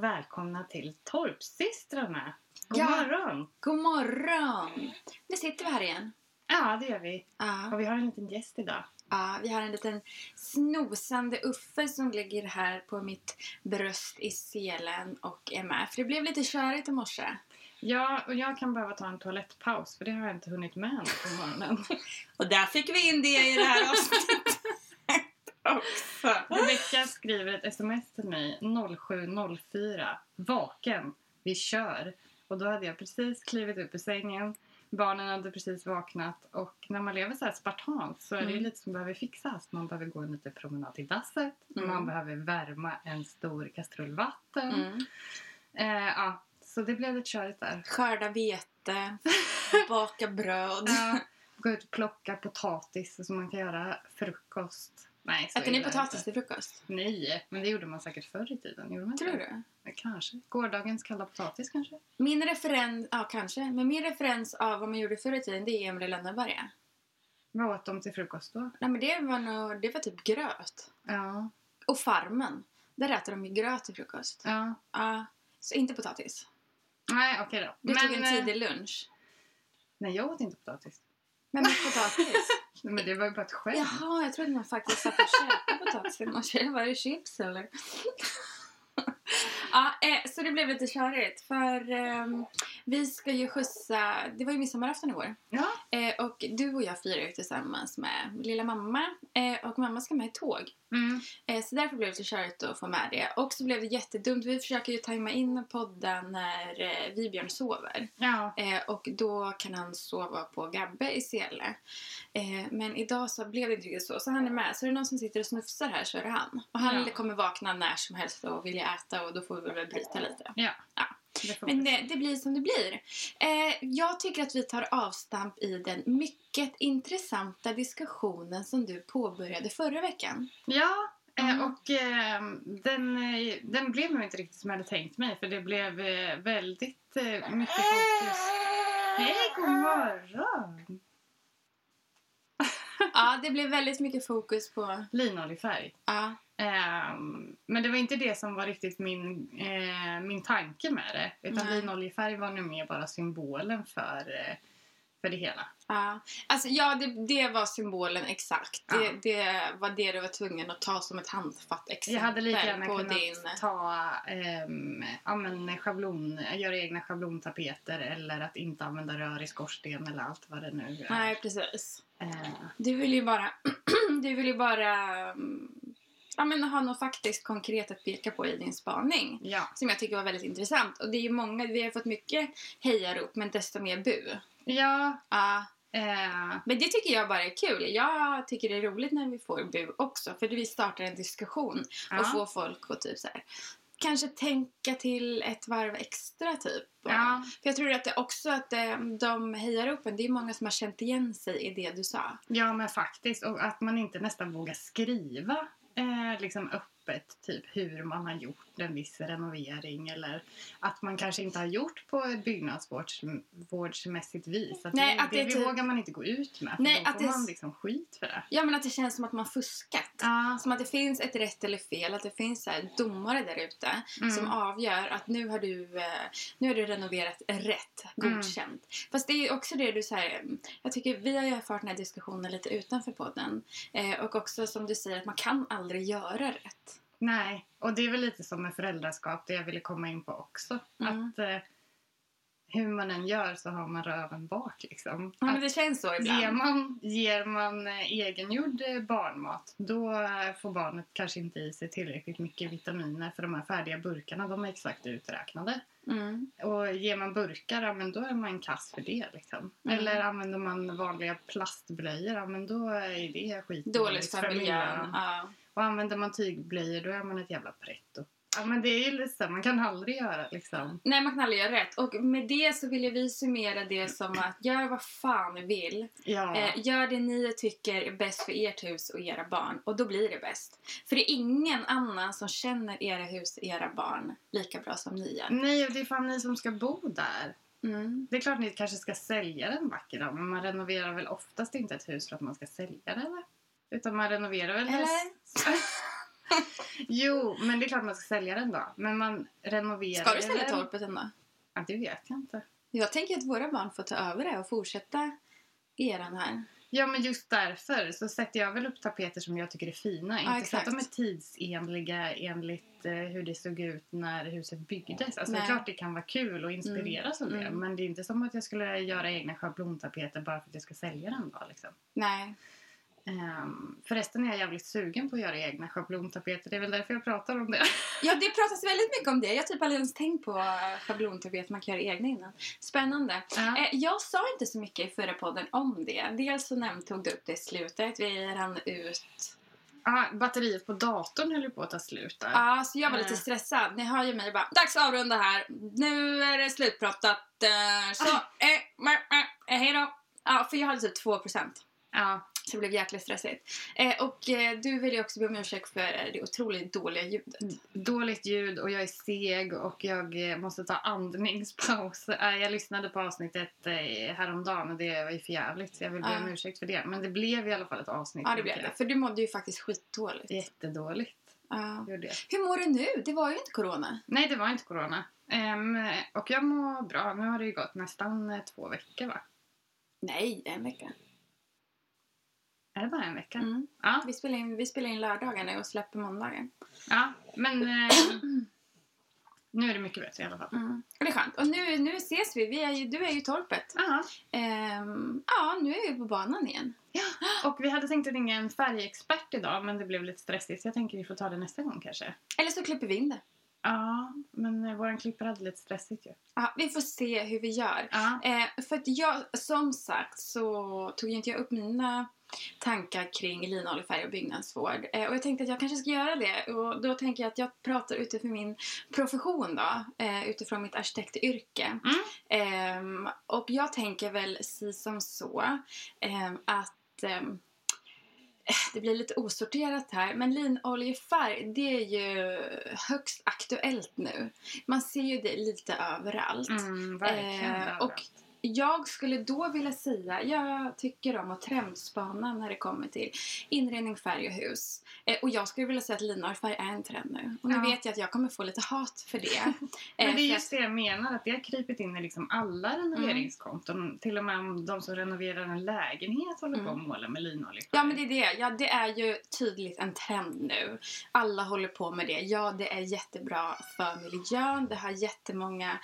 och välkomna till Torpsystrarna. God morgon! God morgon! Nu sitter vi här igen. Ja, det gör vi. Ja. Och vi har en liten gäst idag. Ja, vi har en liten snosande Uffe som ligger här på mitt bröst i selen och är med. För det blev lite körigt i morse. Ja, och jag kan behöva ta en toalettpaus för det har jag inte hunnit med nu på morgonen. Och där fick vi in det i det här avsnittet också. Rebecka skriver ett sms till mig 07.04. Vaken, vi kör. Och då hade jag precis klivit upp i sängen. Barnen hade precis vaknat. Och när man lever så här spartant så är det ju lite som behöver fixas. Man behöver gå en liten promenad till dasset. Man behöver värma en stor kastrull vatten. Ja, så det blev lite körigt där. Skörda vete, baka bröd. Ja, gå ut och plocka potatis så man kan göra frukost. Nej, så äter ni potatis till frukost? Nej, men det gjorde man säkert förr i tiden. Gjorde man Tror det? Du? Kanske. Gårdagens kalla potatis kanske? Min referens, ja kanske. Men min referens av vad man gjorde förr i tiden, det är Emil i Lönneberga. Vad åt de till frukost då? Nej men det var typ gröt. Ja. Och Farmen. Där äter de ju gröt till frukost. Ja. Ja. Så inte potatis. Nej, okej då. Du tog en tidig lunch. Nej, jag åt inte potatis. Men med potatis? Men det var ju bara ett skämt. Jaha, jag trodde man faktiskt satt och käkade potatis. Var det chips eller? Ja, så det blev lite körigt. För vi ska ju skjutsa... Det var ju midsommarafton i år. Ja. Och du och jag firar ju tillsammans med lilla mamma. Och mamma ska med i tåg. Så därför blev det lite körigt att få med det. Och så blev det jättedumt. Vi försöker ju tajma in podden när Vibjörn sover. Ja. Och då kan han sova på Gabbe i Sele. Men idag så blev det inte riktigt så. Så han är med. Så är det någon som sitter och snufsar här så är det han. Och han kommer vakna när som helst och vilja äta. Och då får vi väl bryta lite. Ja. Men det blir som det blir. Jag tycker att vi tar avstamp i den mycket intressanta diskussionen som du påbörjade förra veckan. Ja, och den blev nog inte riktigt som jag hade tänkt mig. För det blev väldigt mycket fokus. Hej, god morgon! Ja, det blev väldigt mycket fokus på... Linoljefärg. Ja. Men det var inte det som var riktigt min tanke med det. Utan linoljefärg var nu mer bara symbolen för det hela. Ja, alltså det var symbolen exakt. Ja. Det var det du var tvungen att ta som ett handfatt exempel. Jag hade lika gärna på kunnat din... göra egna schablontapeter eller att inte använda rör i skorsten eller allt vad det nu är. Nej, precis. Du vill ju bara ha något faktiskt konkret att peka på i din spaning. Ja. Som jag tycker var väldigt intressant. Och det är ju många, vi har fått mycket hejarop men desto mer bu. Ja. Men det tycker jag bara är kul. Jag tycker det är roligt när vi får bu också. För vi startar en diskussion och får folk att typ så här, kanske tänka till ett varv extra typ. Ja. För jag tror att det också att de hejaropen, det är många som har känt igen sig i det du sa. Ja, men faktiskt. Och att man inte nästan vågar skriva liksom öppet typ hur man har gjort en viss renovering eller att man kanske inte har gjort på ett byggnadsvårdsmässigt vis. Att Nej, det vågar man inte gå ut med. För Nej, då får man liksom skit för det. Ja, men att det känns som att man fuskat. Som att det finns ett rätt eller fel. Att det finns så här domare där ute som avgör att nu har du renoverat rätt, godkänt. Fast det är ju också det du säger. Jag tycker vi har ju fört den här diskussionen lite utanför podden. Och också som du säger att man kan aldrig göra rätt. Nej, och det är väl lite som med föräldraskap det jag ville komma in på också. Att hur man än gör så har man röven bak liksom. Ja, men det känns så ibland. Ger man egengjord barnmat, då får barnet kanske inte i sig tillräckligt mycket vitaminer för de här färdiga burkarna, de är exakt uträknade. Och ger man burkar, men då är man kass för det liksom. Eller använder man vanliga plastblöjor, men då är det skit. Dåligt för miljön. Och använder man tygblöjor, då är man ett jävla pretto. Ja, men det är ju lite så, man kan aldrig göra liksom. Nej, man kan aldrig göra rätt. Och med det så vill vi summera det som att gör vad fan ni vill. Ja. Gör det ni tycker är bäst för ert hus och era barn. Och då blir det bäst. För det är ingen annan som känner era hus och era barn lika bra som ni gör. Nej, och det är fan ni som ska bo där. Det är klart ni kanske ska sälja den vacker dag, men man renoverar väl oftast inte ett hus för att man ska sälja det, eller? Utan man renoverar väl... Eller? Jo, men det är klart man ska sälja den då. Men man renoverar. Ska du sälja torpet ändå? Ja, det vet jag inte. Jag tänker att våra barn får ta över det och fortsätta eran här. Ja, men just därför så sätter jag väl upp tapeter som jag tycker är fina. Inte så att de är tidsenliga enligt hur det såg ut när huset byggdes. Alltså det är klart det kan vara kul och inspireras av det. Men det är inte som att jag skulle göra egna schablontapeter bara för att jag ska sälja den då liksom. Nej. Förresten är jag jävligt sugen på att göra egna schablontapeter. Det är väl därför jag pratar om det. Ja, det pratas väldigt mycket om det. Jag har typ aldrig ens tänkt på schablontapeter man kan göra egna innan. Spännande. Jag sa inte så mycket i förra podden om det. Dels så tog du upp det i slutet. Vi rann ut. Batteriet på datorn höll ju på att ta slut där. Ja, så jag var lite stressad. Ni hör ju mig bara, dags att avrunda här. Nu är det slutpratat. Hej då. Ja, för jag hade typ 2%. Ja. Så det blev jäkligt stressigt. Och du vill ju också be om ursäkt för det otroligt dåliga ljudet. Dåligt ljud och jag är seg och jag måste ta andningspaus. Jag lyssnade på avsnittet häromdagen och det var ju för jävligt. Så jag vill be om ursäkt för det. Men det blev i alla fall ett avsnitt. Ja, det blev det. För du mådde ju faktiskt skitdåligt. Jättedåligt. Hur mår du nu? Det var ju inte corona. Nej, det var inte corona. Och jag mår bra. Nu har det ju gått nästan 2 veckor, va? Nej, 1 vecka. Är det bara 1 vecka? Ja. Vi spelar in lördagar nu och släpper måndagen. Ja, men nu är det mycket bättre i alla fall. Och det är skönt. Och nu ses vi. Du är ju i torpet. Ja, nu är vi på banan igen. Ja, och vi hade tänkt att ringa en färgexpert idag, men det blev lite stressigt. Så jag tänker vi får ta det nästa gång kanske. Eller så klipper vi in det. Ja, men våran klipper hade lite stressigt ju. Ja, vi får se hur vi gör. För att jag, som sagt, så tog inte jag upp mina tankar kring linoljeoljefärg och byggnadsvård. Och jag tänkte att jag kanske ska göra det. Och då tänker jag att jag pratar utifrån min profession då. Utifrån mitt arkitektyrke. Och jag tänker väl som så att det blir lite osorterat här. Men linoljefärg, det är ju högst aktuellt nu. Man ser ju det lite överallt. Verkligen överallt. Och jag skulle då vilja säga, jag tycker om att trendspana när det kommer till inredning, färg och hus. Och jag skulle vilja säga att linoljefärg är en trend nu. Och nu vet jag att jag kommer få lite hat för det. Men det är just det jag menar, att det har krypit in i liksom alla renoveringskonton. Till och med om de som renoverar en lägenhet håller på att måla med linoljefärg. Ja, men det är det. Ja, det är ju tydligt en trend nu. Alla håller på med det. Ja, det är jättebra för miljön. Det har jättemånga...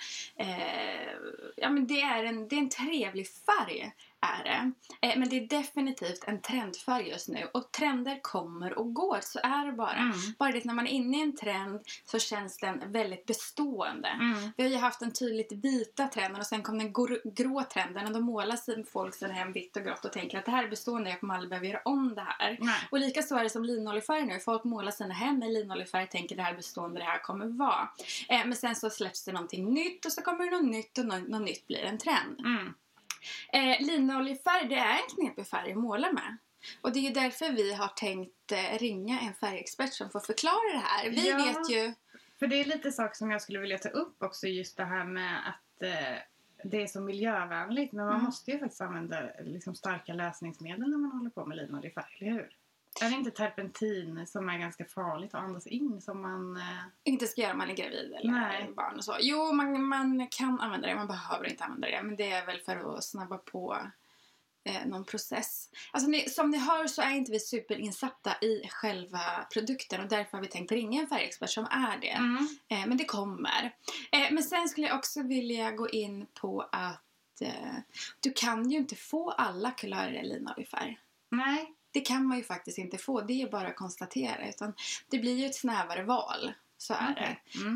ja, men det är en trevlig färg, är det. Men det är definitivt en trendfärg just nu. Och trender kommer och går, så är det bara. Bara det när man är inne i en trend så känns den väldigt bestående. Vi har ju haft den tydligt vita trenden och sen kom den grå trenden. Och då målar sig folk sen hem vitt och grått och tänker att det här är bestående, jag kommer aldrig behöva göra om det här. Och lika så är det som linoljefärg nu. Folk målar sina hem med linoljefärg och tänker det här är bestående, det här kommer vara. Men sen så släpps det någonting nytt och så kommer det något nytt och något nytt blir en trend. Linoljefärg, det är en knepig färg att måla med. Och det är ju därför vi har tänkt ringa en färgexpert som får förklara det här. Vi vet ju... För det är lite saker som jag skulle vilja ta upp också, just det här med att det är så miljövänligt. Men man måste ju faktiskt använda liksom starka lösningsmedel när man håller på med linoljefärg, eller hur? Är det inte terpentin som är ganska farligt att andas in som man... Inte ska göra om man är gravid eller barn och så. Jo, man kan använda det, man behöver inte använda det. Men det är väl för att snabba på någon process. Alltså som ni hör så är inte vi superinsatta i själva produkten. Och därför har vi tänkt ringa en färgexpert som är det. Men det kommer. Men sen skulle jag också vilja gå in på att du kan ju inte få alla kulörer i linoljefärg. Nej. Det kan man ju faktiskt inte få. Det är bara att konstatera. Utan det blir ju ett snävare val. Så är det.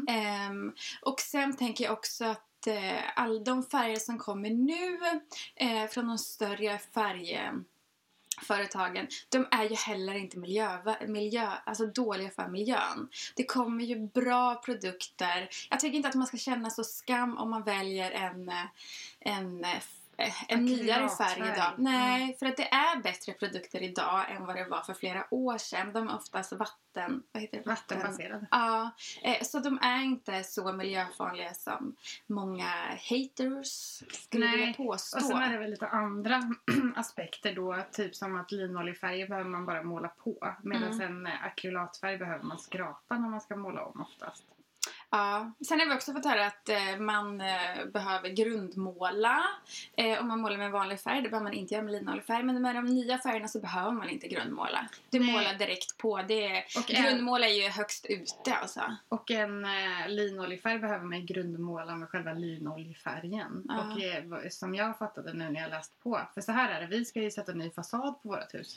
Och sen tänker jag också att alla de färger som kommer nu från de större färgföretagen, de är ju heller inte alltså dåliga för miljön. Det kommer ju bra produkter. Jag tycker inte att man ska känna så skam om man väljer en en nyare färg idag. Nej, för att det är bättre produkter idag än vad det var för flera år sedan. De är oftast vattenbaserade. Ja, så de är inte så miljöfarliga som många haters skulle vilja påstå. Och sen är det väl lite andra aspekter då. Typ som att linoljefärger behöver man bara måla på. Medan en akrylatfärg behöver man skrapa när man ska måla om oftast. Ja, sen har vi också fått höra att man behöver grundmåla. Om man målar med vanlig färg, det behöver man inte göra med linoljefärg. Men med de nya färgerna så behöver man inte grundmåla. Du målar direkt på. Grundmåla är ju högst ute alltså. Och en linoljefärg behöver man grundmåla med själva linoljefärgen. Och som jag fattade nu när jag läst på. För så här är det, vi ska ju sätta en ny fasad på vårt hus.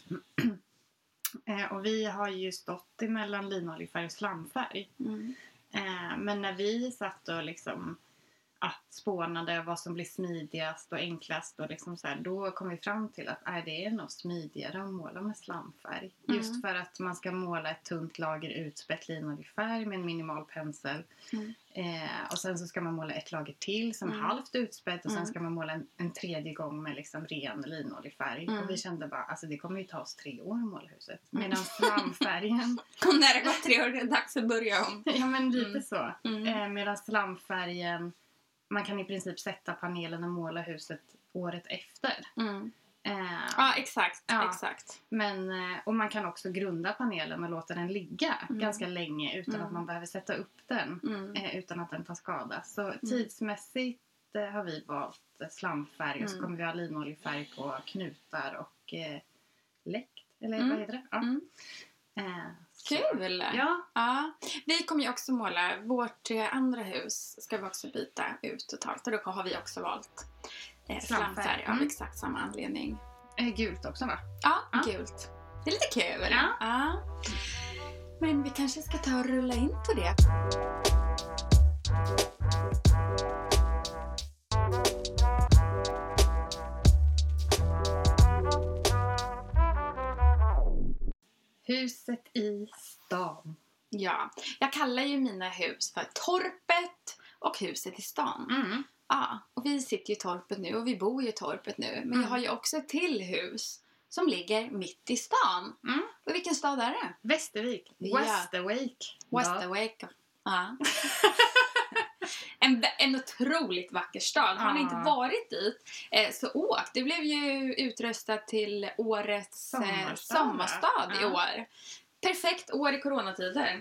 Och vi har ju stått emellan linoljefärg och slamfärg. Men när vi satt och liksom spånade vad som blir smidigast och enklast och liksom så här, då kom vi fram till att det är nog smidigare att måla med slamfärg. Just för att man ska måla ett tunt lager utspätt linoljefärg med en minimal pensel. Och sen så ska man måla ett lager till som halvt utspätt och sen ska man måla en tredje gång med liksom ren linoljefärg. Och vi kände bara, alltså det kommer ju ta oss 3 år att måla huset. Medan slamfärgen... Och när det gått 3 år är det dags att börja om. Ja men lite så. Medan slamfärgen, man kan i princip sätta panelen och måla huset året efter. Ja, exakt. Men, och man kan också grunda panelen och låta den ligga ganska länge utan att man behöver sätta upp den. Utan att den tar skada. Så tidsmässigt har vi valt slamfärg och så kommer vi ha linoljefärg på knutar och läkt. Eller vad heter det? Ja. Kul! Ja. Vi kommer ju också måla vårt andra hus. Ska vi också byta ut totalt. Och då har vi också valt slamfärg av exakt samma anledning. Gult också va? Ja, gult. Det är lite kul. Ja. Men vi kanske ska ta och rulla in på det. Huset i stan. Ja, jag kallar ju mina hus för torpet och huset i stan. Ja, och vi sitter ju i torpet nu och vi bor ju i torpet nu. Men jag har ju också ett till hus som ligger mitt i stan. Och vilken stad är det? Västervik. Västervik. Västervik. Ja. En otroligt vacker stad. Har ni inte varit dit så åk. Det blev ju utröstat till årets sommarstad i år. Perfekt år i coronatider.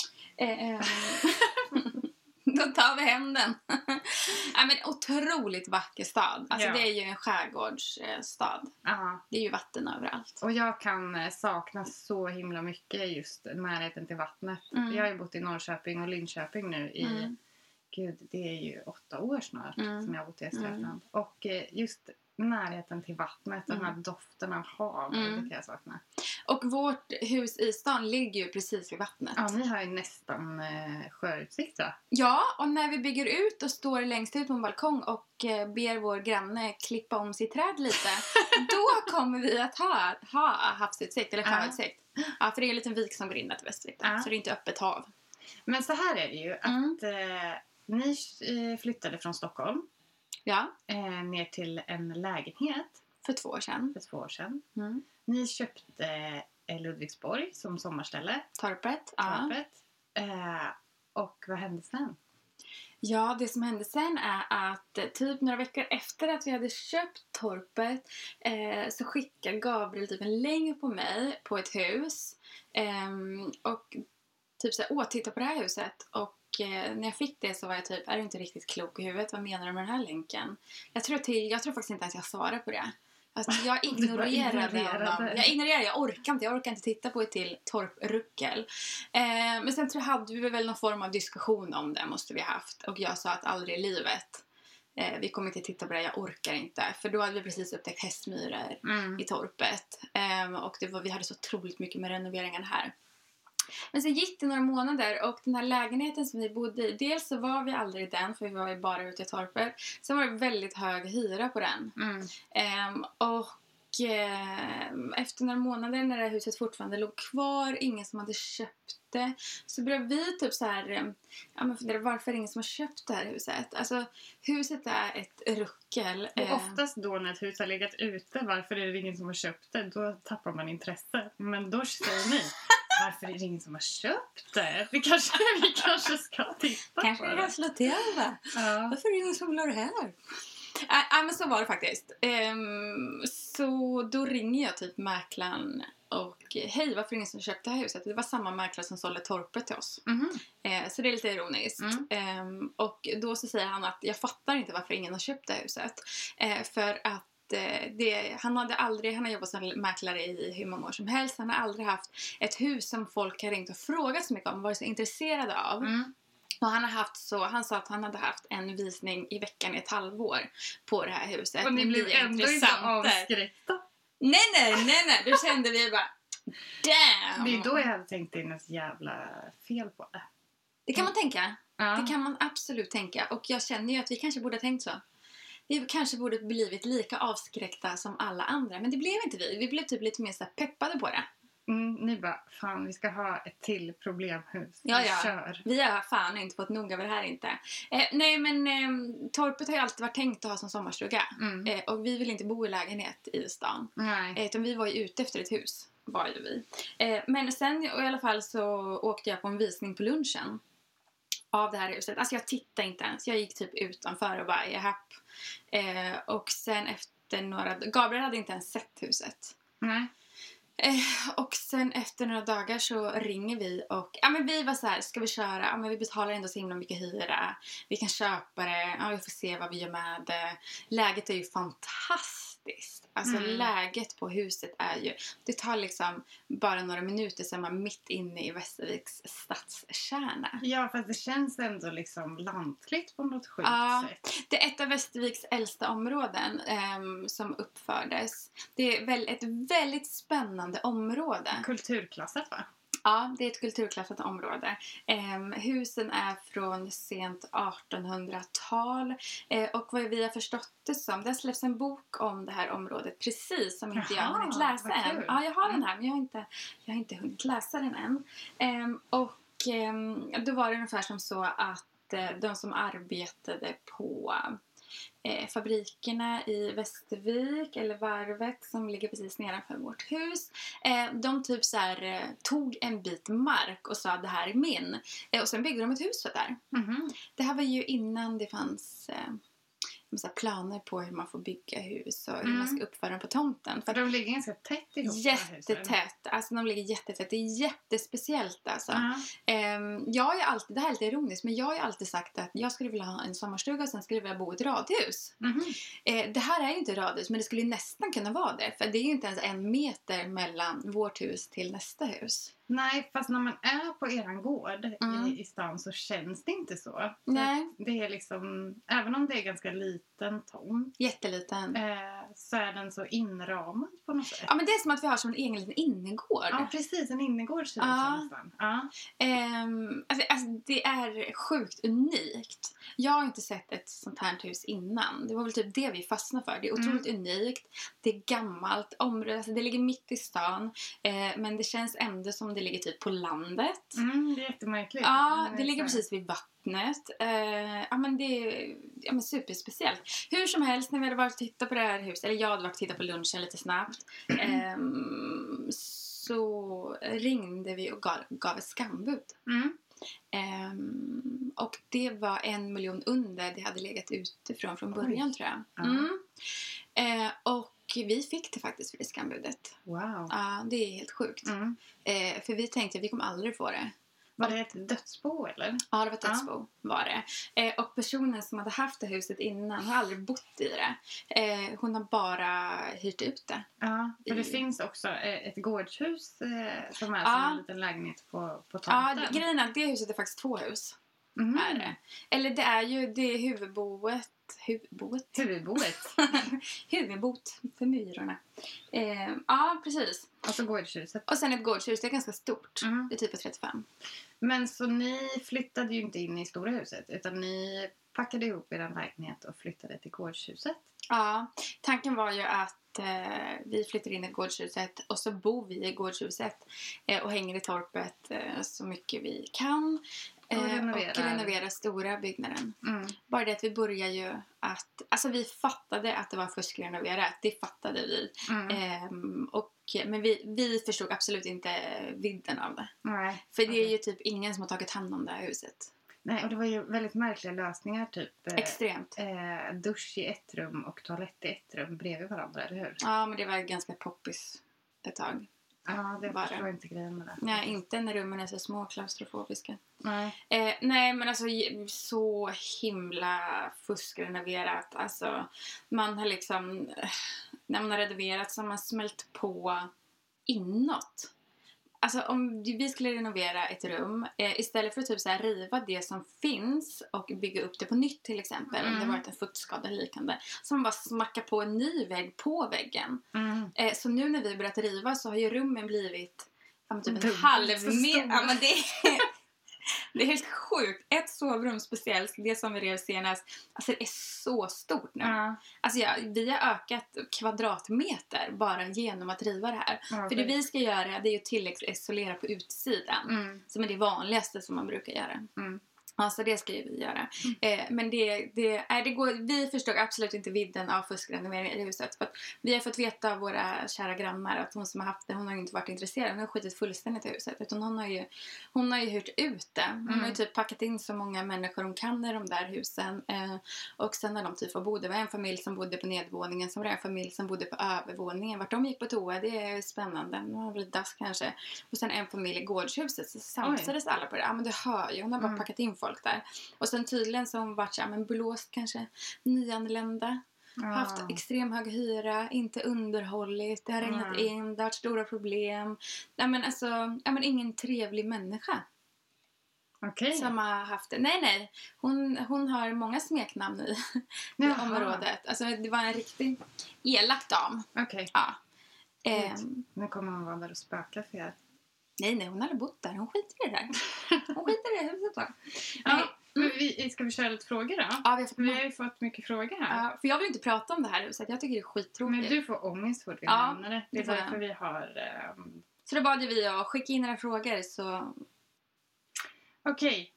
Då tar vi hem den. Ja, men otroligt vacker stad. Alltså det är ju en skärgårdsstad. Det är ju vatten överallt. Och jag kan sakna så himla mycket just närheten till vattnet. Jag har ju bott i Norrköping och Linköping nu i... Gud, det är ju 8 år snart som jag har bott i Östergötland. Och just närheten till vattnet, den här doften av hav, det kan jag sakna. Och vårt hus i stan ligger ju precis vid vattnet. Ja, ni har ju nästan sjöutsikt va? Ja, och när vi bygger ut och står längst ut på en balkong och ber vår granne klippa om sitt träd lite, då kommer vi att ha havsutsikt eller sjöutsikt. Ja, för det är en liten vik som går in där till Västervik, så det är inte öppet hav. Men så här är det ju att ni flyttade från Stockholm ner till en lägenhet för 2 år sedan. Ni köpte Ludvigsborg som sommarställe. Torpet. Och vad hände sen? Ja, det som hände sen är att typ några veckor efter att vi hade köpt torpet så skickade Gabriel typ en länk på mig på ett hus. Och typ såhär, titta på det här huset. Och när jag fick det så var jag typ, är du inte riktigt klok i huvudet? Vad menar du med den här länken? Jag tror faktiskt inte att jag svarade på det. Alltså, jag ignorerade honom. Jag orkar inte titta på ett till torpruckel. Men sen hade vi väl någon form av diskussion om det, måste vi ha haft. Och jag sa att aldrig i livet. Vi kommer inte titta på det, jag orkar inte. För då hade vi precis upptäckt hästmyror i torpet. Och vi hade så otroligt mycket med renoveringen här. Men sen gick det några månader och den här lägenheten som vi bodde i, dels så var vi aldrig i den för vi var ju bara ute i torpet. Sen var det väldigt hög hyra på den. Och efter några månader när det här huset fortfarande låg kvar, ingen som hade köpt det, så började vi typ så här, fundera varför ingen som har köpt det här huset. Alltså huset är ett ruckel. Och oftast då när ett hus har legat ute, varför är det ingen som har köpt det? Då tappar man intresse. Men då säger ni, varför är det ingen som har köpt det? Vi kanske ska titta kanske på det. Kanske jag slår till det. Ja. Varför är det ingen som vill ha det här? Men så var det faktiskt. Så då ringer jag typ mäklaren och hej, varför är det ingen som köpte det här huset? Det var samma mäklare som sålde torpet till oss. Så det är lite ironiskt. Och då så säger han att jag fattar inte varför ingen har köpt det här huset. För att han har jobbat som mäklare i hur många år som helst. Han har aldrig haft ett hus som folk har ringt och frågat så mycket om, varit så intresserade av. Och han sa att han hade haft en visning i veckan i ett halvår på det här huset. Och ni blev ändå inte avskräckta? Nej. Då kände vi bara, damn! Det är då jag hade tänkt in ett jävla fel på det. Det kan man tänka. Ja. Det kan man absolut tänka. Och jag känner ju att vi kanske borde ha tänkt så. Vi kanske borde blivit lika avskräckta som alla andra. Men det blev inte vi. Vi blev typ lite mer så här peppade på det. Ni bara, fan vi ska ha ett till problemhus. Ja. Vi har fan inte fått nog över det här inte. Nej men torpet har ju alltid varit tänkt att ha som sommarstuga. Och vi vill inte bo i lägenhet i stan. Nej. Utan vi var ju ute efter ett hus. Var ju vi. Men sen i alla fall så åkte jag på en visning på lunchen. Av det här huset. Alltså jag tittade inte ens. Jag gick typ utanför och bara, japp. Och sen efter Gabriel hade inte ens sett huset. Nej. Och sen efter några dagar så ringer vi och men vi var så här, ska vi köra? Men vi betalar ändå så himla mycket hyra. Vi kan köpa det. Vi får se vad vi gör med det. Läget är ju fantastiskt. Alltså läget på huset är ju, det tar liksom bara några minuter så är man mitt inne i Västerviks stadskärna. Ja, fast det känns ändå liksom lantligt på något sjukt sätt. Det är ett av Västerviks äldsta områden som uppfördes. Det är väl ett väldigt spännande område. Kulturklassat va? Ja, det är ett kulturklassat område. Husen är från sent 1800-tal. Och vad vi har förstått det som, det har släppts en bok om det här området precis som inte jag har hunnit läsa än. Ja, jag har den här men jag har inte hunnit läsa den än. Då var det ungefär som så att de som arbetade på fabrikerna i Västervik eller varvet som ligger precis nedanför vårt hus, de typ så här tog en bit mark och sa det här är min, och sen byggde de ett hus för där. Det här var ju innan det fanns så planer på hur man får bygga hus och hur man ska uppföra dem på tomten. För de ligger ganska tätt ihop. Jättetätt. Alltså de ligger jättetätt. Det är jättespeciellt alltså. Jag har ju alltid, det här är lite ironiskt, men jag har ju alltid sagt att jag skulle vilja ha en sommarstuga och sen skulle jag vilja bo i ett radhus. Det här är ju inte radhus, men det skulle nästan kunna vara det. För det är ju inte ens 1 meter mellan vårt hus till nästa hus. Nej, fast när man är på eran gård i stan så känns det inte så. Nej. Det är liksom, även om det är ganska liten tomt. Jätteliten. Så är den så inramad på något sätt. Ja, men det är som att vi har som en egen liten innergård. Ja, precis. En innergård ser det nästan. Ja. Alltså, det är sjukt unikt. Jag har inte sett ett sånt här hus innan. Det var väl typ det vi fastnade för. Det är otroligt unikt. Det är gammalt område. Alltså, det ligger mitt i stan. Men det känns ändå som det ligger typ på landet. Det är jättemärkligt. Ja, det ligger precis vid vattnet. Men det är superspeciellt. Hur som helst, när vi hade varit och tittat på det här huset, eller jag hade varit och tittat på lunchen lite snabbt, så ringde vi och gav ett skambud. Och det var 1 miljon under det hade legat utifrån från början, tror jag. Och vi fick det faktiskt för det skambudet. Wow. Ja, det är helt sjukt. För vi tänkte att vi kommer aldrig få det. Var det ett dödsbo eller? Ja, det var ett dödsbo var det. Och personen som hade haft det huset innan har aldrig bott i det. Hon har bara hyrt ut det. Ja, för det finns också ett gårdshus som är som en liten lägenhet på tomten. Ja, grejen är att det huset är faktiskt 2 hus. Är det. Eller det är huvudboet. Huvudbot för myrorna. Ja, precis. Och så gårdshuset. Och sen ett gårdshus, det är ganska stort. Det är typ 35. Men så ni flyttade ju inte in i stora huset, utan ni packade ihop er lägenhet och flyttade till gårdshuset. Ja, tanken var ju att att vi flyttar in i gårdshuset och så bor vi i gårdshuset och hänger i torpet så mycket vi kan. Och renoverar stora byggnaden. Bara det att vi börjar ju att... Alltså vi fattade att det var fuskrenoverat. Det fattade vi. Men vi förstod absolut inte vidden av det. Nej. För det är ju typ ingen som har tagit hand om det här huset. Nej, och det var ju väldigt märkliga lösningar. Typ extremt. Dusch i ett rum och toalett i ett rum bredvid varandra, eller hur? Ja, men det var ganska poppis ett tag. Ja, det var inte grejen med det. Nej, inte när rummen är så små och klaustrofobiska. Nej. Nej, men alltså så himla fuskrenoverat. Alltså, man har liksom... När man har renoverat så har man smält på inåt. Alltså om vi skulle renovera ett rum, istället för att typ så här riva det som finns och bygga upp det på nytt till exempel, om det varit en fuktskada eller liknande, så man bara smackar på en ny vägg på väggen. Så nu när vi börjat riva så har ju rummen blivit typ en halv meter. Ja, men det är helt sjukt. Ett sovrum speciellt, det som vi rev senast, alltså det är så stort nu. Alltså vi har ökat kvadratmeter bara genom att riva det här. För det vi ska göra, det är ju tilläggsisolera på utsidan. Som är det vanligaste som man brukar göra. Alltså det ska ju vi göra. Men vi förstod absolut inte vidden av fuskrenovering i huset. För att vi har fått veta av våra kära grannar att hon som har haft det, hon har inte varit intresserad. Hon har skitit fullständigt i huset. Utan hon har ju hyrt ut det. Hon har ju typ packat in så många människor hon kan i de där husen. Och sen när de typ får bo. Det var en familj som bodde på nedvåningen. Som var en familj som bodde på övervåningen. Vart de gick på toa, det är spännande. Det var väl dags kanske. Och sen en familj i gårdshuset. Så samsades alla på det. Ja, men det hör ju. Hon har bara packat in folk där. Och sen tydligen så har hon varit så här, men blåst kanske nyanlända. Haft extrem hög hyra, inte underhållit, det har regnat in, det har varit stora problem. Men ingen trevlig människa. Som har haft det. Nej. Hon har många smeknamn i området. Alltså det var en riktigt elak dam. Ja. Nu kommer hon vara där och spöka för er. Nej, hon hade bott där. Hon skiter i det där. Hon skiter i det huset va? Men ska vi köra lite frågor då? Ja, vi har ju fått mycket frågor här. Ja, för jag vill inte prata om det här huset. Jag tycker det är skittråkigt. Men du får ångest för att vi nämner det. Det är därför vi har... Så då bad vi att skicka in era frågor så... Okej.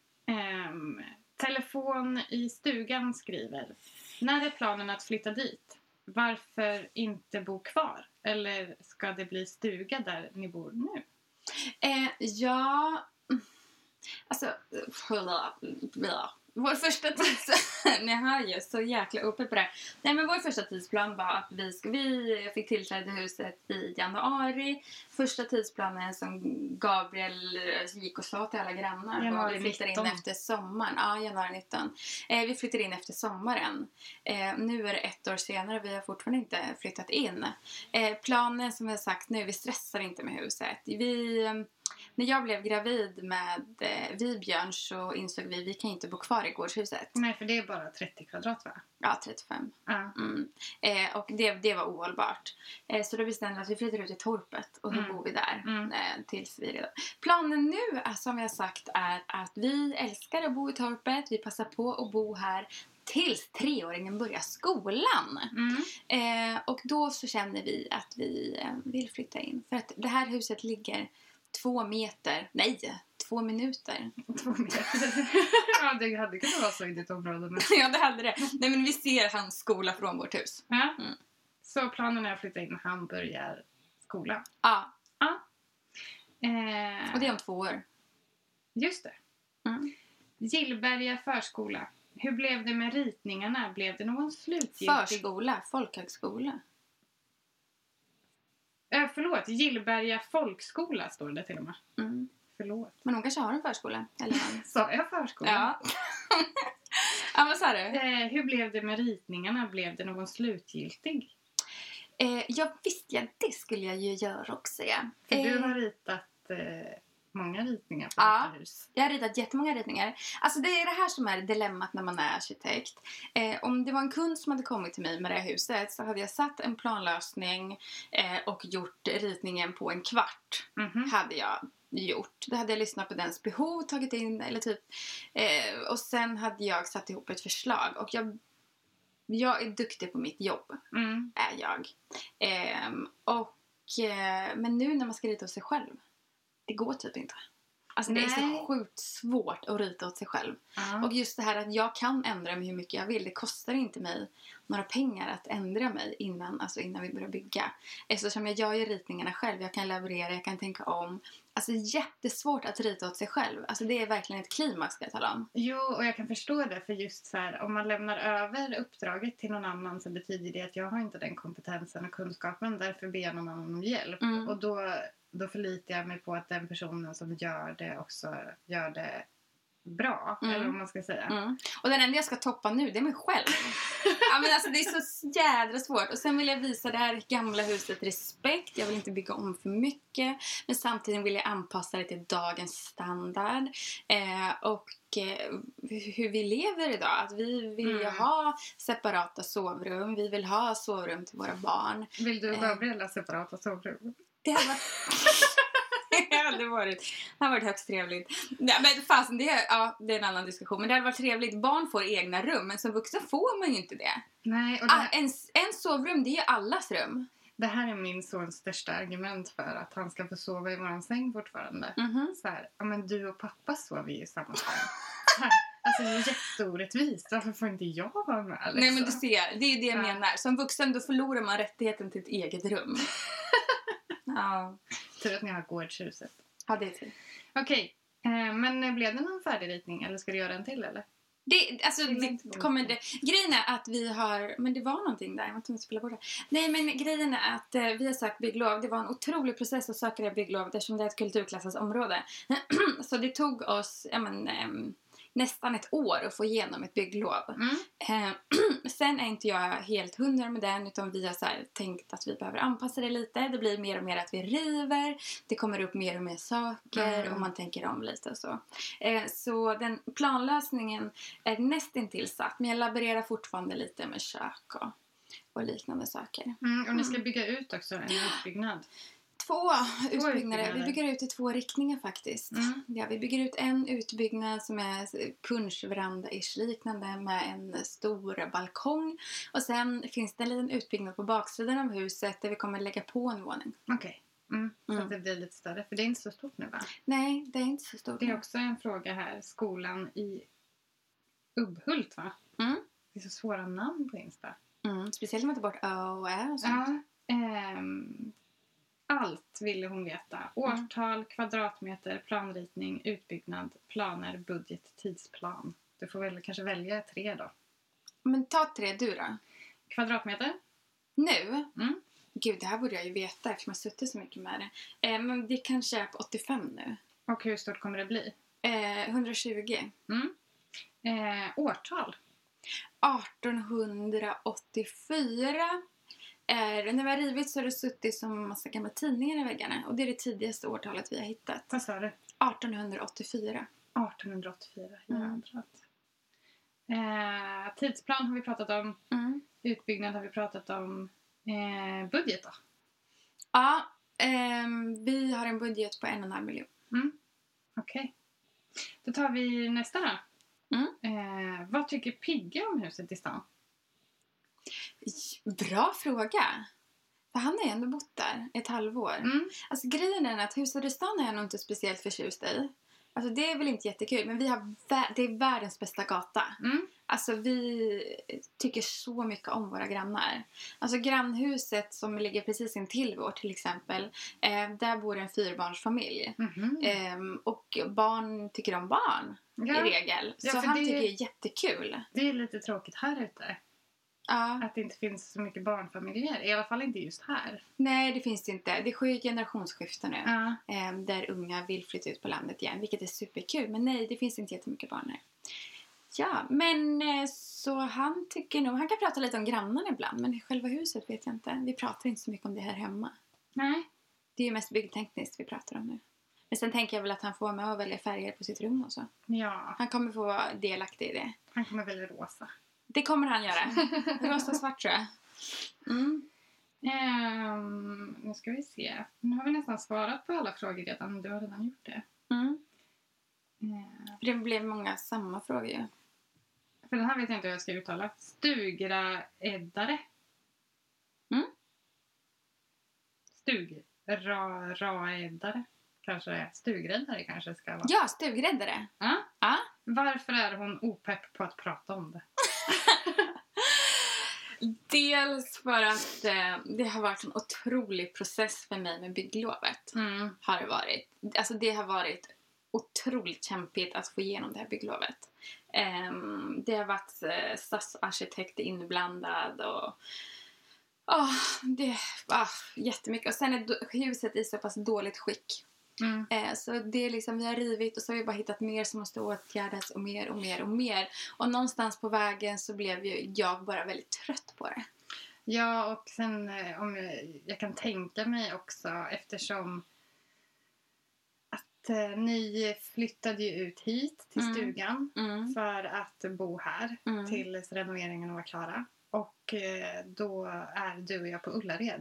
Telefon i stugan skriver. När är planen att flytta dit? Varför inte bo kvar? Eller ska det bli stuga där ni bor nu? Alltså, vår första ni hör ju så jäkla uppe på det. Nej, men vår första tidsplan var att vi fick tillträde huset i januari. Första tidsplanen som Gabriel gick och sa till alla grannar. Januari vi flyttar 19. in efter sommaren. Ja, januari 19. Vi flyttar in efter sommaren. Nu är det 1 år senare. Vi har fortfarande inte flyttat in. Planen som jag sagt nu, vi stressar inte med huset. När jag blev gravid med Vibjörn så insåg vi kan inte bo kvar i gårdshuset. Nej, för det är bara 30 kvadrat va? Ja, 35. Och det var ohållbart. Så då bestämde vi att vi flyttar ut i torpet och då bor vi där tills vi redan. Planen nu, som vi har sagt, är att vi älskar att bo i torpet. Vi passar på att bo här tills 3-åringen börjar skolan. Och då så känner vi att vi vill flytta in. För att det här huset ligger 2 minuter. Ja, det hade kunnat vara så i ditt område. Men... ja, det hade det. Nej, men vi ser hans skola från vårt hus. Ja. Så planen är att flytta in när han börjar skolan. Ja. Och det är om 2 år. Just det. Gillberga förskola. Hur blev det med ritningarna? Blev det någon slutgiltig... Förskola, folkhögskola. Förlåt, Gillberga folkskola står det till och med. Förlåt. Men hon kanske har en förskola. Eller... Sa jag förskola? Ja. Ja, vad sa du? Hur blev det med ritningarna? Blev det någon slutgiltig? Det skulle jag ju göra också, ja. För du har ritat många ritningar på detta hus. Jag har ritat jättemånga ritningar. Alltså det är det här som är dilemmat när man är arkitekt. Om det var en kund som hade kommit till mig med det här huset så hade jag satt en planlösning och gjort ritningen på en kvart. Hade jag gjort. Då hade jag lyssnat på dens behov, tagit in eller typ och sen hade jag satt ihop ett förslag och jag är duktig på mitt jobb. Är jag. Men nu när man ska rita åt sig själv. Det går typ inte. Alltså det är så sjukt svårt att rita åt sig själv. Och just det här att jag kan ändra mig hur mycket jag vill. Det kostar inte mig några pengar att ändra mig innan vi börjar bygga. Eftersom jag gör ju ritningarna själv. Jag kan laborera, jag kan tänka om. Alltså jättesvårt att rita åt sig själv. Alltså det är verkligen ett klimax, ska jag tala om. Jo, och jag kan förstå det. För just så här, om man lämnar över uppdraget till någon annan så betyder det att jag har inte den kompetensen och kunskapen. Därför ber jag någon annan om hjälp. Och då förlitar jag mig på att den personen som gör det också gör det bra. Eller vad man ska säga. Och den enda jag ska toppa nu, det är mig själv. Ja, men alltså det är så jädra svårt. Och sen vill jag visa det här gamla huset respekt. Jag vill inte bygga om för mycket. Men samtidigt vill jag anpassa det till dagens standard. Hur vi lever idag. Att vi vill ju ha separata sovrum. Vi vill ha sovrum till våra barn. Vill du Gabriella separata sovrum? Det hade varit... det hade varit högst trevligt. Nej, men fasen, det är en annan diskussion. Men det hade varit trevligt. Barn får egna rum. Men som vuxen får man ju inte det. Nej, och en sovrum, det är allas rum. Det här är min sons största argument för att han ska få sova i våran säng fortfarande. Så här, ja men du och pappa sover ju i samma säng. Alltså det är jätteorättvist. Varför får inte jag vara med? Liksom? Nej men du ser, det är det jag menar. Som vuxen då förlorar man rättigheten till ett eget rum. Ja. Tur att ni har gårdshuset. Ja, det är tur. Okej, men blev det någon färdigritning? Eller ska du göra en till eller? Grejen är att vi har... Men det var någonting där. Jag var tvungen att spela bort det. Nej, men grejen är att vi har sökt bygglov. Det var en otrolig process att söka det bygglovet eftersom det är ett kulturklassat område. Så det tog oss nästan ett år att få igenom ett bygglov. Sen är inte jag helt 100 med den, utan vi har så här tänkt att vi behöver anpassa det lite. Det blir mer och mer att vi river. Det kommer upp mer och mer saker och man tänker om lite och så. Så den planlösningen är nästintill satt, men jag laborerar fortfarande lite med kök och liknande saker. Och ni ska bygga ut också, en utbyggnad. Två utbyggnader. Vi bygger ut i 2 riktningar faktiskt. Ja, vi bygger ut en utbyggnad som är punschveranda-ish liknande med en stor balkong. Och sen finns det en liten utbyggnad på baksidan av huset där vi kommer lägga på en våning. Okej. Så att det blir lite större. För det är inte så stort nu, va? Nej, det är inte så stort. Det är också en fråga här. Skolan i Ubbhult, va? Det är så svåra namn på Insta. Speciellt om man tar bort Ö och Ä och sånt. Ja. Allt ville hon veta. Årtal, kvadratmeter, planritning, utbyggnad, planer, budget, tidsplan. Du får väl kanske välja 3 då. Men ta 3 du då. Kvadratmeter? Nu? Gud, det här borde jag ju veta eftersom jag suttit så mycket med det. Men det kanske är på 85 nu. Och hur stort kommer det bli? 120. Årtal? 1884. När vi har rivit så har det suttit som en massa gamla tidningar i väggarna. Och det är det tidigaste årtalet vi har hittat. Vad sa du? 1884. 1884, jädrat. Tidsplan har vi pratat om. Utbyggnad har vi pratat om. Budget då? Ja, vi har en budget på 1,5 miljon. Okej. Då tar vi nästa då. Vad tycker Pigge om huset i stan? Bra fråga. För han har ju ändå bott där ett halvår. Alltså grejen är att huset i stan är jag nog inte speciellt förtjust i. Alltså det är väl inte jättekul. Men det är världens bästa gata. Alltså vi tycker så mycket om våra grannar. Alltså grannhuset som ligger precis intill vår till exempel. Där bor en 4-barnsfamilj. Och barn tycker om barn i regel. Ja, så han tycker det är jättekul. Det är lite tråkigt här ute. Att det inte finns så mycket barnfamiljer. I alla fall inte just här. Nej, det finns det inte. Det sker generationsskiften nu. Där unga vill flytta ut på landet igen. Vilket är superkul. Men nej, det finns inte jättemycket barn här. Ja, men så han tycker nog... Han kan prata lite om grannarna ibland. Men själva huset vet jag inte. Vi pratar inte så mycket om det här hemma. Nej. Det är ju mest byggtekniskt vi pratar om nu. Men sen tänker jag väl att han får vara med och välja färger på sitt rum och så. Ja. Han kommer få vara delaktig i det. Han kommer välja rosa. Det kommer han göra. Rosa och svart tror jag. Nu ska vi se. Nu har vi nästan svarat på alla frågor redan. Du har redan gjort det. Det blev många samma frågor ju. För den här vet jag inte hur jag ska uttala. Stugraeddare. Raeddare. Kanske är stugräddare kanske ska vara. Ja, stugräddare. Ja. Ja. Varför är hon opepp på att prata om det? Dels för att det har varit en otrolig process för mig med bygglovet. Har det varit. Alltså det har varit otroligt kämpigt att få igenom det här bygglovet. Det har varit stadsarkitekt inblandad och jättemycket. Och sen är huset i så pass dåligt skick. Så det är liksom, vi har rivit och så har vi bara hittat mer som måste åtgärdas och mer och mer och mer. Och någonstans på vägen så blev jag bara väldigt trött på det. Ja, och sen om jag kan tänka mig också eftersom att ni flyttade ju ut hit till stugan för att bo här tills renoveringen var klara. Och då är du och jag på Ullared.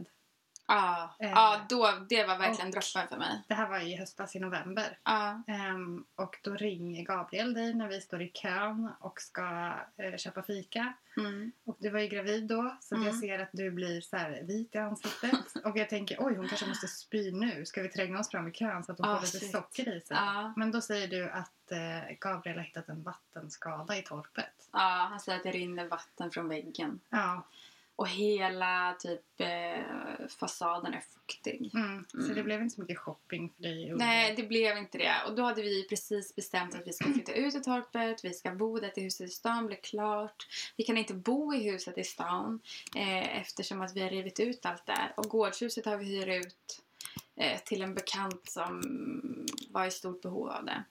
Det var verkligen droppen för mig. Det här var i höstas i november. Och då ringer Gabriel dig när vi står i kön och ska köpa fika. Och du var ju gravid då, så jag ser att du blir så här vit i ansiktet. Och jag tänker, oj, hon kanske måste spy nu. Ska vi tränga oss fram i kön så att hon får lite socker i sig? Men då säger du att Gabriel har hittat en vattenskada i torpet. Ja, han säger att det rinner vatten från väggen. Och hela typ fasaden är fuktig. Så det blev inte så mycket shopping för dig? Nej, det blev inte det. Och då hade vi precis bestämt att vi ska flytta ut i torpet. Vi ska bo där till huset i stan blir klart. Vi kan inte bo i huset i stan eftersom att vi har rivit ut allt där. Och gårdshuset har vi hyrt ut till en bekant som var i stort behov av det.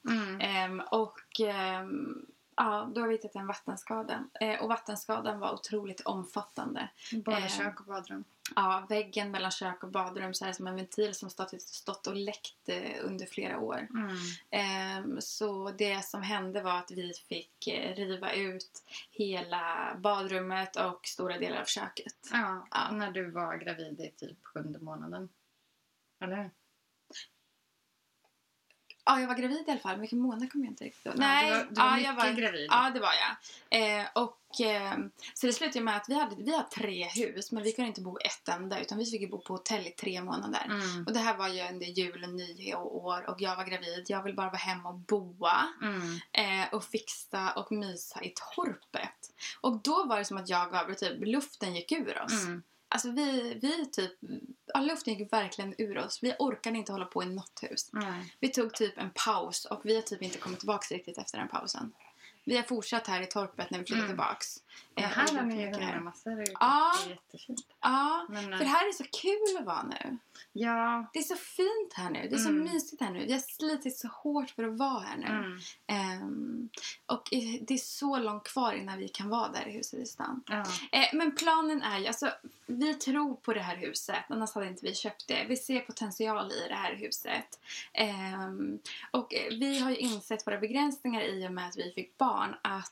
Då har vi hittat en vattenskada. Och vattenskadan var otroligt omfattande. Både kök och badrum. Ja, väggen mellan kök och badrum så är det som en ventil som stått och läckt under flera år. Så det som hände var att vi fick riva ut hela badrummet och stora delar av köket. Ja, när du var gravid i typ 7:e månaden. Eller? Ja, jag var gravid i alla fall. Vilken månad kom jag inte riktigt. Nej, du var mycket gravid. Ja, det var jag. Så det slutade med att vi har 3 hus. Men vi kunde inte bo ett enda. Utan vi fick bo på hotell i 3 månader. Och det här var ju under jul och nyår. Och jag var gravid. Jag vill bara vara hemma och boa. Och fixa och mysa i torpet. Och då var det som att jag gav typ luften gick ur oss. Alltså vi typ... luften gick verkligen ur oss. Vi orkade inte hålla på i något hus. Vi tog typ en paus. Och vi har typ inte kommit tillbaka riktigt efter den pausen. Vi har fortsatt här i torpet när vi flyttar tillbaks. Det här har ni ju massor. Det är jättefint. För här är så kul att vara nu. Ja. Det är så fint här nu. Det är så mysigt här nu. Vi har slitit så hårt för att vara här nu. Och det är så långt kvar innan vi kan vara där i huset i stan. Men planen är ju, alltså, vi tror på det här huset. Annars hade inte vi köpt det. Vi ser potential i det här huset. Och vi har ju insett våra begränsningar i och med att vi fick barn. Att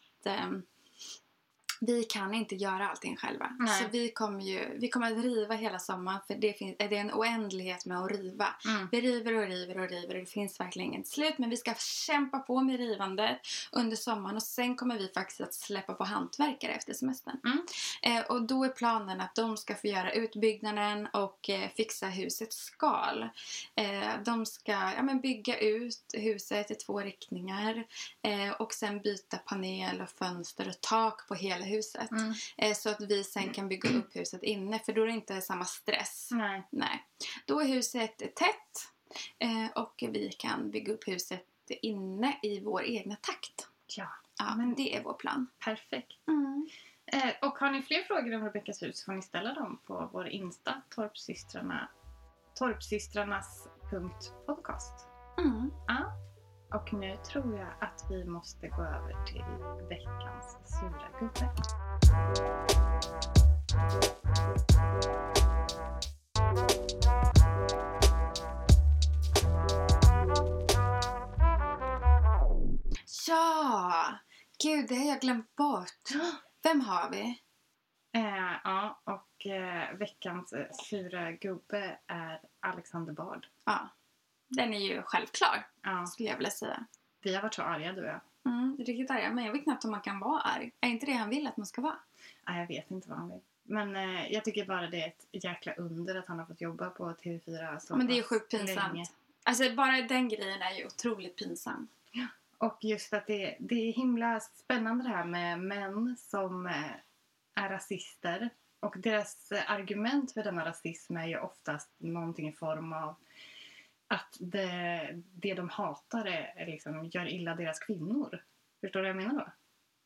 vi kan inte göra allting själva. Nej. Så vi kommer att riva hela sommaren. För det är en oändlighet med att riva. Vi river och river och river. Och det finns verkligen inget slut. Men vi ska kämpa på med rivandet under sommaren. Och sen kommer vi faktiskt att släppa på hantverkare efter semestern. Och då är planen att de ska få göra utbyggnaden och fixa husets skal. De ska bygga ut huset i 2 riktningar. Och sen byta panel och fönster och tak på hela huset. Så att vi sen kan bygga upp huset inne. För då är det inte samma stress. Nej. Då är huset tätt. Och vi kan bygga upp huset inne i vår egna takt. Ja, men det är vår plan. Perfekt. Och har ni fler frågor om Rebeckas hus får ni ställa dem på vår Insta. torpsystrarnas.podcast. Och nu tror jag att vi måste gå över till veckans sura gubbe. Ja! Gud, det har jag glömt bort. Vem har vi? Veckans sura gubbe är Alexander Bard. Ja, den är ju självklar, skulle jag vilja säga. Vi har varit så arga, du och jag. Riktigt arg. Men jag vet knappt om man kan vara arg. Är inte det han vill att man ska vara? Nej, jag vet inte vad han vill. Men jag tycker bara det är ett jäkla under att han har fått jobba på TV4 så men det är ju sjukt pinsamt. Länge. Alltså bara den grejen är ju otroligt pinsam. Ja. Och just att det är himla spännande det här med män som är rasister. Och deras argument för denna rasism är ju oftast någonting i form av att det de hatar är liksom gör illa deras kvinnor. Förstår du vad jag menar då?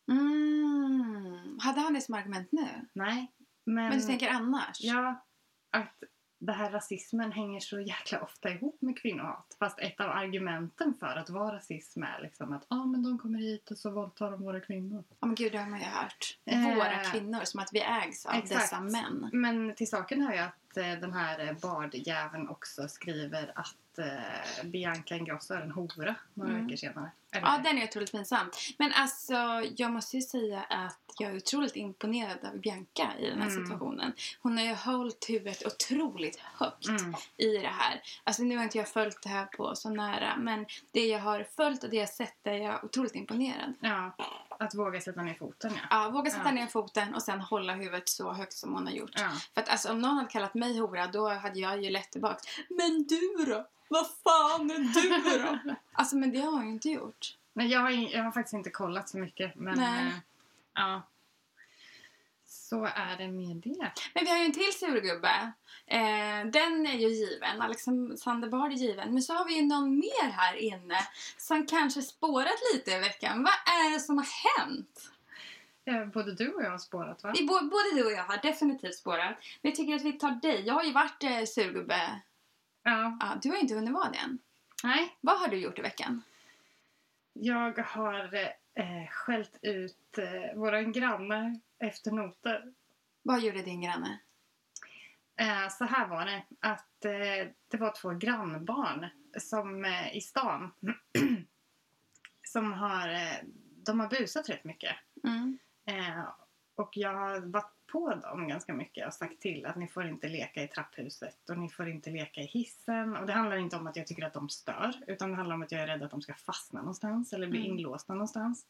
Hade han det som argument nu? Nej. Men du tänker annars? Ja, att det här rasismen hänger så jäkla ofta ihop med kvinnohat. Fast ett av argumenten för att vara rasism är liksom att men de kommer hit och så våldtar de våra kvinnor. Ja men gud, det har man ju hört. Våra kvinnor, som att vi ägs av dessa män. Men till saken hör jag att den här bardjäveln också skriver att Bianca Ingrosso är en hora några veckor senare. Eller? Ja, den är otroligt pinsam. Men alltså, jag måste ju säga att jag är otroligt imponerad av Bianca i den här situationen. Hon har ju hållit huvudet otroligt högt i det här. Alltså nu har inte jag följt det här på så nära. Men det jag har följt och det jag sett är jag otroligt imponerad. Ja, att våga sätta ner foten. Ja, våga sätta ner foten och sen hålla huvudet så högt som hon har gjort. Ja. För att alltså, om någon hade kallat mig hora, då hade jag ju lätt tillbaka. Men du då? Vad fan är du då? Alltså men det har jag ju inte gjort. Nej, jag har faktiskt inte kollat så mycket. Men ja. Så är det med det. Men vi har ju en till surgubbe. Den är ju given. Alexander Bard är given. Men så har vi ju någon mer här inne som kanske spårat lite i veckan. Vad är det som har hänt? Både du och jag har spårat, va? Både du och jag har definitivt spårat. Men jag tycker att vi tar dig. Jag har ju varit surgubbe. Ja. Du har inte hunnit vara det än. Nej. Vad har du gjort i veckan? Jag har skällt ut våran granne efter noter. Vad gjorde din granne? Så här var det. Att det var 2 grannbarn som i stan som de har busat rätt mycket. Och jag har varit på dem ganska mycket och sagt till att ni får inte leka i trapphuset och ni får inte leka i hissen. Och det handlar inte om att jag tycker att de stör, utan det handlar om att jag är rädd att de ska fastna någonstans eller bli inlåsta någonstans.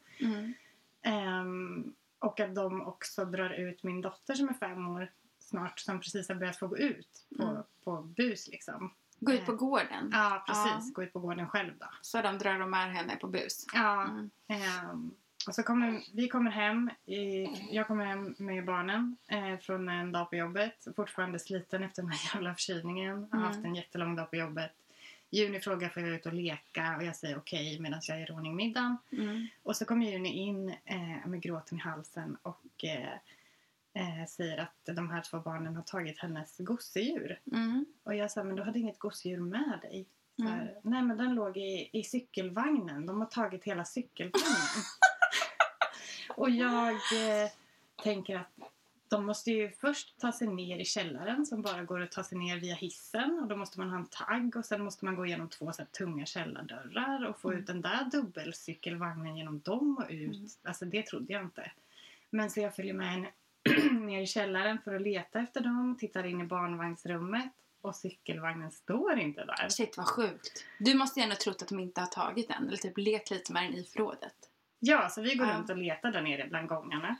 Och att de också drar ut min dotter som är 5 år snart, som precis har börjat få gå ut på bus liksom. Gå ut på gården? Ja, precis. Gå ut på gården själv då. Så de drar de med henne på bus? Ja. Och så kommer hem. Jag kommer hem med barnen från en dag på jobbet. Fortfarande sliten efter den här jävla förkylningen. Jag har haft en jättelång dag på jobbet. Juni frågar får jag ut och leka. Och jag säger okej medan jag gör ordning middagen. Och så kommer Juni in med gråten i halsen. Och säger att de här 2 barnen har tagit hennes gosedjur. Och jag sa, men du hade inget gosedjur med dig. Nej, men den låg i cykelvagnen. De har tagit hela cykelvagnen. Och jag tänker att de måste ju först ta sig ner i källaren som bara går att ta sig ner via hissen. Och då måste man ha en tagg och sen måste man gå igenom 2 så här tunga källardörrar och få ut den där dubbelcykelvagnen genom dem och ut. Alltså det trodde jag inte. Men så jag följer med henne ner i källaren för att leta efter dem. Tittar in i barnvagnsrummet. Och cykelvagnen står inte där. Shit, vad sjukt. Du måste ju ändå trott att de inte har tagit den. Eller typ lekt lite med den i förrådet. Ja, så vi går runt och letar där nere bland gångarna.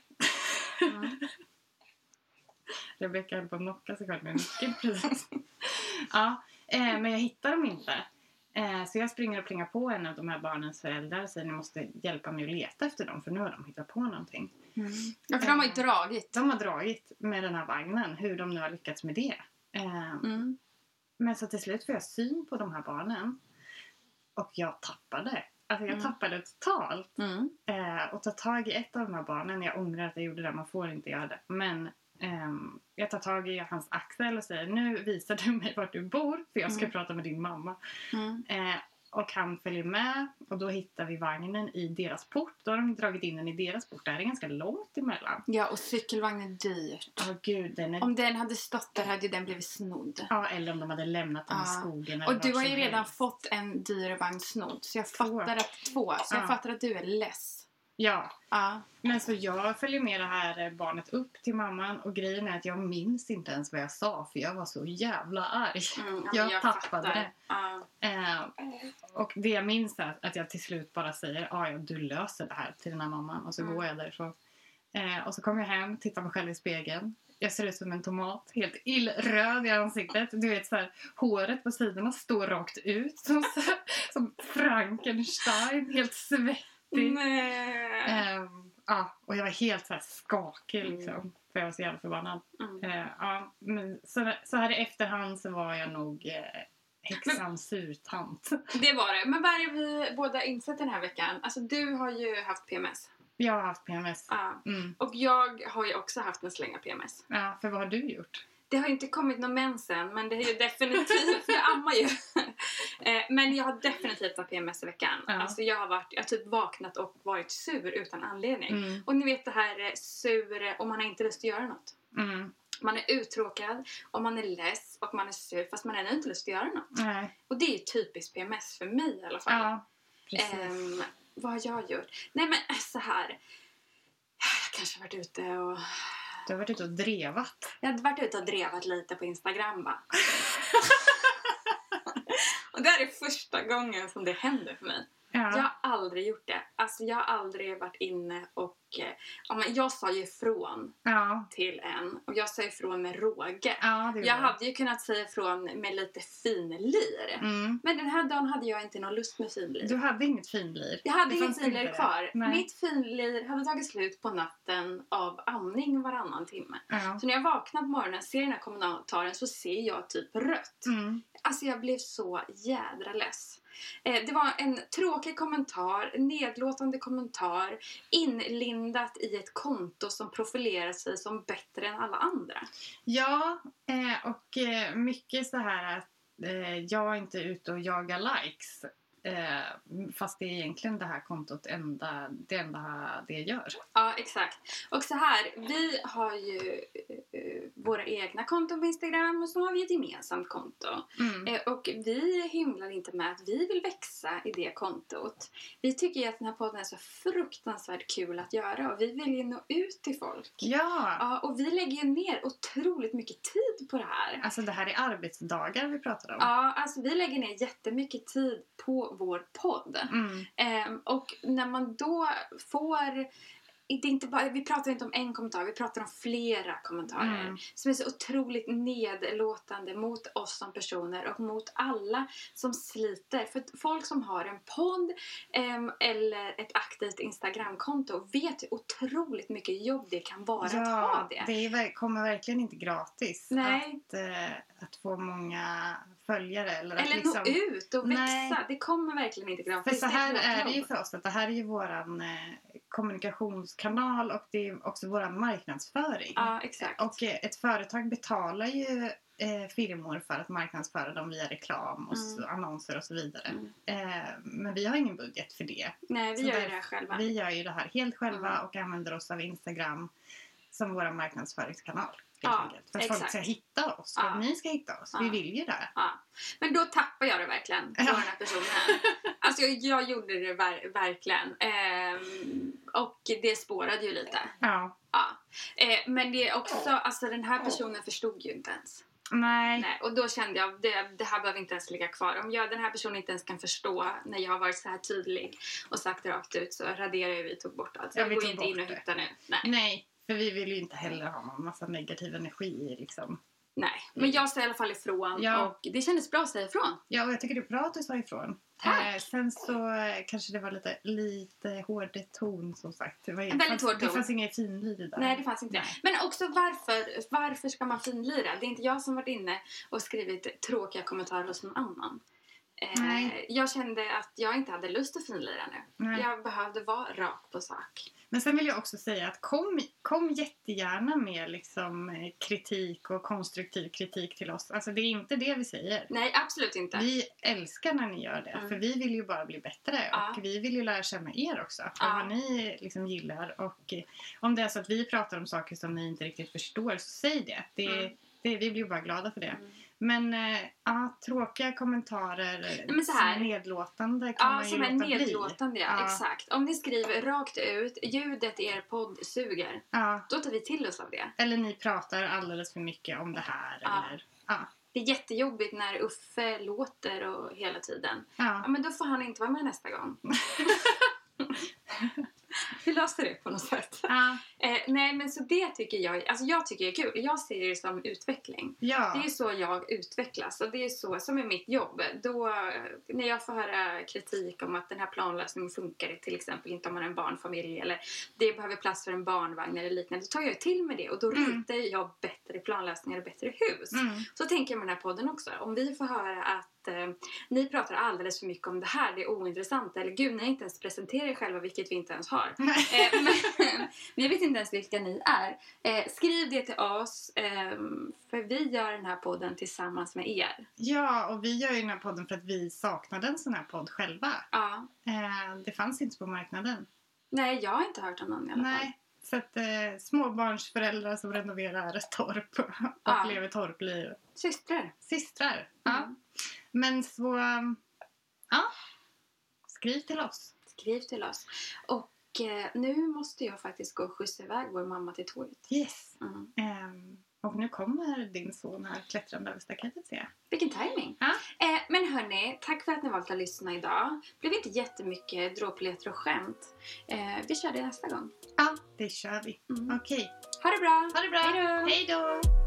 Rebecka höll på att knocka sig själv med nyckeln precis. Men jag hittar dem inte. Så jag springer och plingar på en av de här barnens föräldrar och säger ni måste hjälpa mig att leta efter dem. För nu har de hittat på någonting. Ja, för de har ju dragit. De har dragit med den här vagnen. Hur de nu har lyckats med det. Men så till slut får jag syn på de här barnen. Och jag tappade. Alltså jag tappade totalt. Och tar tag i ett av de här barnen. Jag ångrar att jag gjorde det. Man får inte göra det. Men jag tar tag i hans axel och säger nu visar du mig vart du bor. För jag ska prata med din mamma. Och han följer med. Och då hittar vi vagnen i deras port. Då har de dragit in den i deras port. Det här är ganska långt emellan. Ja, och cykelvagnen är dyrt. Gud, om den hade stått där hade den blivit snodd. Ja, eller om de hade lämnat den i skogen. Och du har ju redan fått en dyr vagn snodd. Så jag fattar att jag fattar att du är less. Ja. Men så jag följer med det här barnet upp till mamman. Och grejen är att jag minns inte ens vad jag sa. För jag var så jävla arg. Jag tappade det. Och det jag minns är att jag till slut bara säger ja, du löser det här till den här mamman. Och så går jag därifrån. Och så kommer jag hem, tittar mig själv i spegeln. Jag ser ut som en tomat, helt illröd i ansiktet. Du vet, så här, håret på sidorna står rakt ut. Som Frankenstein, helt svettig. Och jag var helt så här skakig liksom. För jag var så jävla förbannad. Men så här i efterhand så var jag nog häxan surtant. Det var det. Men vad är det vi båda insett den här veckan? Alltså du har ju haft PMS. Jag har haft PMS. Ja. Och jag har ju också haft en slänga PMS. Ja, för vad har du gjort? Det har ju inte kommit någon mens än, men det är ju definitivt, för jag ammar ju. Men jag har definitivt haft PMS i veckan. Ja. Alltså jag har typ vaknat och varit sur utan anledning. Och ni vet det här sur och man har inte lust att göra något. Man är uttråkad och man är less och man är sur fast man har inte lust att göra något. Nej. Och det är ju typiskt PMS för mig i alla fall. Ja, precis. Vad har jag gjort? Nej men så här. Jag kanske har varit ute och... Du har varit ute och drevat. Jag har varit ute och drevat lite på Instagram va. Och det här är första gången som det händer för mig. Ja. Jag har aldrig gjort det. Alltså jag har aldrig varit inne och... jag sa ju ifrån till en. Och jag sa ifrån med råge. Ja, jag hade ju kunnat säga ifrån med lite finlir. Men den här dagen hade jag inte någon lust med finlir. Du hade inget finlir? Jag hade inget finlir kvar. Mitt finlir hade tagit slut på natten av amning varannan timme. Så när jag vaknar på morgonen, ser den här kommentaren så ser jag typ rött. Alltså jag blev så jädra less. Det var en tråkig kommentar, nedlåtande kommentar, inlindat i ett konto som profilerar sig som bättre än alla andra. Ja, och mycket så här att jag är inte ute och jagar likes. Fast det är egentligen det här kontot det enda det gör. Ja, exakt. Och så här, vi har ju våra egna konton på Instagram och så har vi ett gemensamt konto. Och vi hymlar inte med att vi vill växa i det kontot. Vi tycker ju att den här podden är så fruktansvärt kul att göra och vi vill ju nå ut till folk. Ja, och vi lägger ju ner otroligt mycket tid på det här. Alltså det här är arbetsdagar vi pratar om. Ja, alltså vi lägger ner jättemycket tid på vår podd. Och när man då får... Det är inte bara, vi pratar inte om en kommentar, vi pratar om flera kommentarer som är så otroligt nedlåtande mot oss som personer och mot alla som sliter. För folk som har en podd eller ett aktivt Instagramkonto vet hur otroligt mycket jobb det kan vara att ha det. Det kommer verkligen inte gratis. Nej. Att få många följare. Eller liksom... nå ut och växa. Nej. Det kommer verkligen inte gratis. För så här är det ju för oss. Att det här är ju våran kommunikationskanal och det är också våran marknadsföring. Ja, exakt. Och ett företag betalar ju firmor för att marknadsföra dem via reklam och annonser och så vidare. Men vi har ingen budget för det. Nej, vi gör ju det här själva. Vi gör ju det här helt själva och använder oss av Instagram som vår marknadsföringskanal. För att folk ska hitta oss. För att ni ska hitta oss. Vi vill ju det. Men då tappar jag det verkligen på den här personen. Alltså jag gjorde det verkligen. Och det spårade ju lite. Men det är också, alltså den här personen förstod ju inte ens. Nej. Och då kände jag, det här behöver inte ens ligga kvar. Om den här personen inte ens kan förstå när jag har varit så här tydlig och sagt rakt ut så raderar vi tog bort allt. Så jag går inte in och hittar nu. Nej. För vi vill ju inte heller ha någon massa negativ energi liksom. Nej, men jag sa i alla fall ifrån och det kändes bra att säga ifrån. Ja, och jag tycker det är bra att du sa ifrån. Sen så kanske det var lite hård ton som sagt. Väldigt hård ton. Det fanns ingen finlir där. Nej, det fanns inte. Nej. Men också varför ska man finlira? Det är inte jag som varit inne och skrivit tråkiga kommentarer hos någon annan. Jag kände att jag inte hade lust att finlira nu. Nej. Jag behövde vara rak på sak. Men sen vill jag också säga att kom jättegärna med liksom kritik och konstruktiv kritik till oss. Alltså det är inte det vi säger. Nej, absolut inte. Vi älskar när ni gör det. För vi vill ju bara bli bättre. Och vi vill ju lära känna er också. Vad ni liksom gillar. Och om det är så att vi pratar om saker som ni inte riktigt förstår så säg det. Vi blir ju bara glada för det. Men tråkiga kommentarer som är nedlåtande kan man ju låta bli. Ja, som är nedlåtande, exakt. Om ni skriver rakt ut, ljudet i er podd suger, då tar vi till oss av det. Eller ni pratar alldeles för mycket om det här. Eller, det är jättejobbigt när Uffe låter och hela tiden. Ja. Men då får han inte vara med nästa gång. Vi löser det på något sätt. Ja. Nej, men så det tycker jag... Alltså jag tycker det är kul. Jag ser det som utveckling. Ja. Det är så jag utvecklas. Och det är så som är mitt jobb. Då, när jag får höra kritik om att den här planlösningen funkar till exempel inte om man är en barnfamilj eller det behöver plats för en barnvagn eller liknande. Då tar jag till med det och då ritar jag bättre planlösningar och bättre hus. Så tänker jag med den här podden också. Om vi får höra att ni pratar alldeles för mycket om det här, det är ointressant. Eller gud, ni har inte ens presenterat er själva, vilket vi inte ens har. Men jag vet inte ens vilka ni är. Skriv det till oss, för vi gör den här podden tillsammans med er. Ja, och vi gör ju den här podden för att vi saknade en sån här podd själva. Ja. Det fanns inte på marknaden. Nej, jag har inte hört om någon i alla fall. Nej, så att småbarnsföräldrar som renoverar ett torp och lever torpliv. Systrar. Ja. Men så, ja. Skriv till oss. Och nu måste jag faktiskt gå och skjutsa iväg vår mamma till tåget. Yes. Och nu kommer din son här klättrande över staketet, ser jag. Vilken timing. Ja. Men hörni, tack för att ni valt att lyssna idag. Det blev inte jättemycket dråpligheter och skämt. Vi kör det nästa gång. Ja, det kör vi. Okej. Ha det bra. Hej då.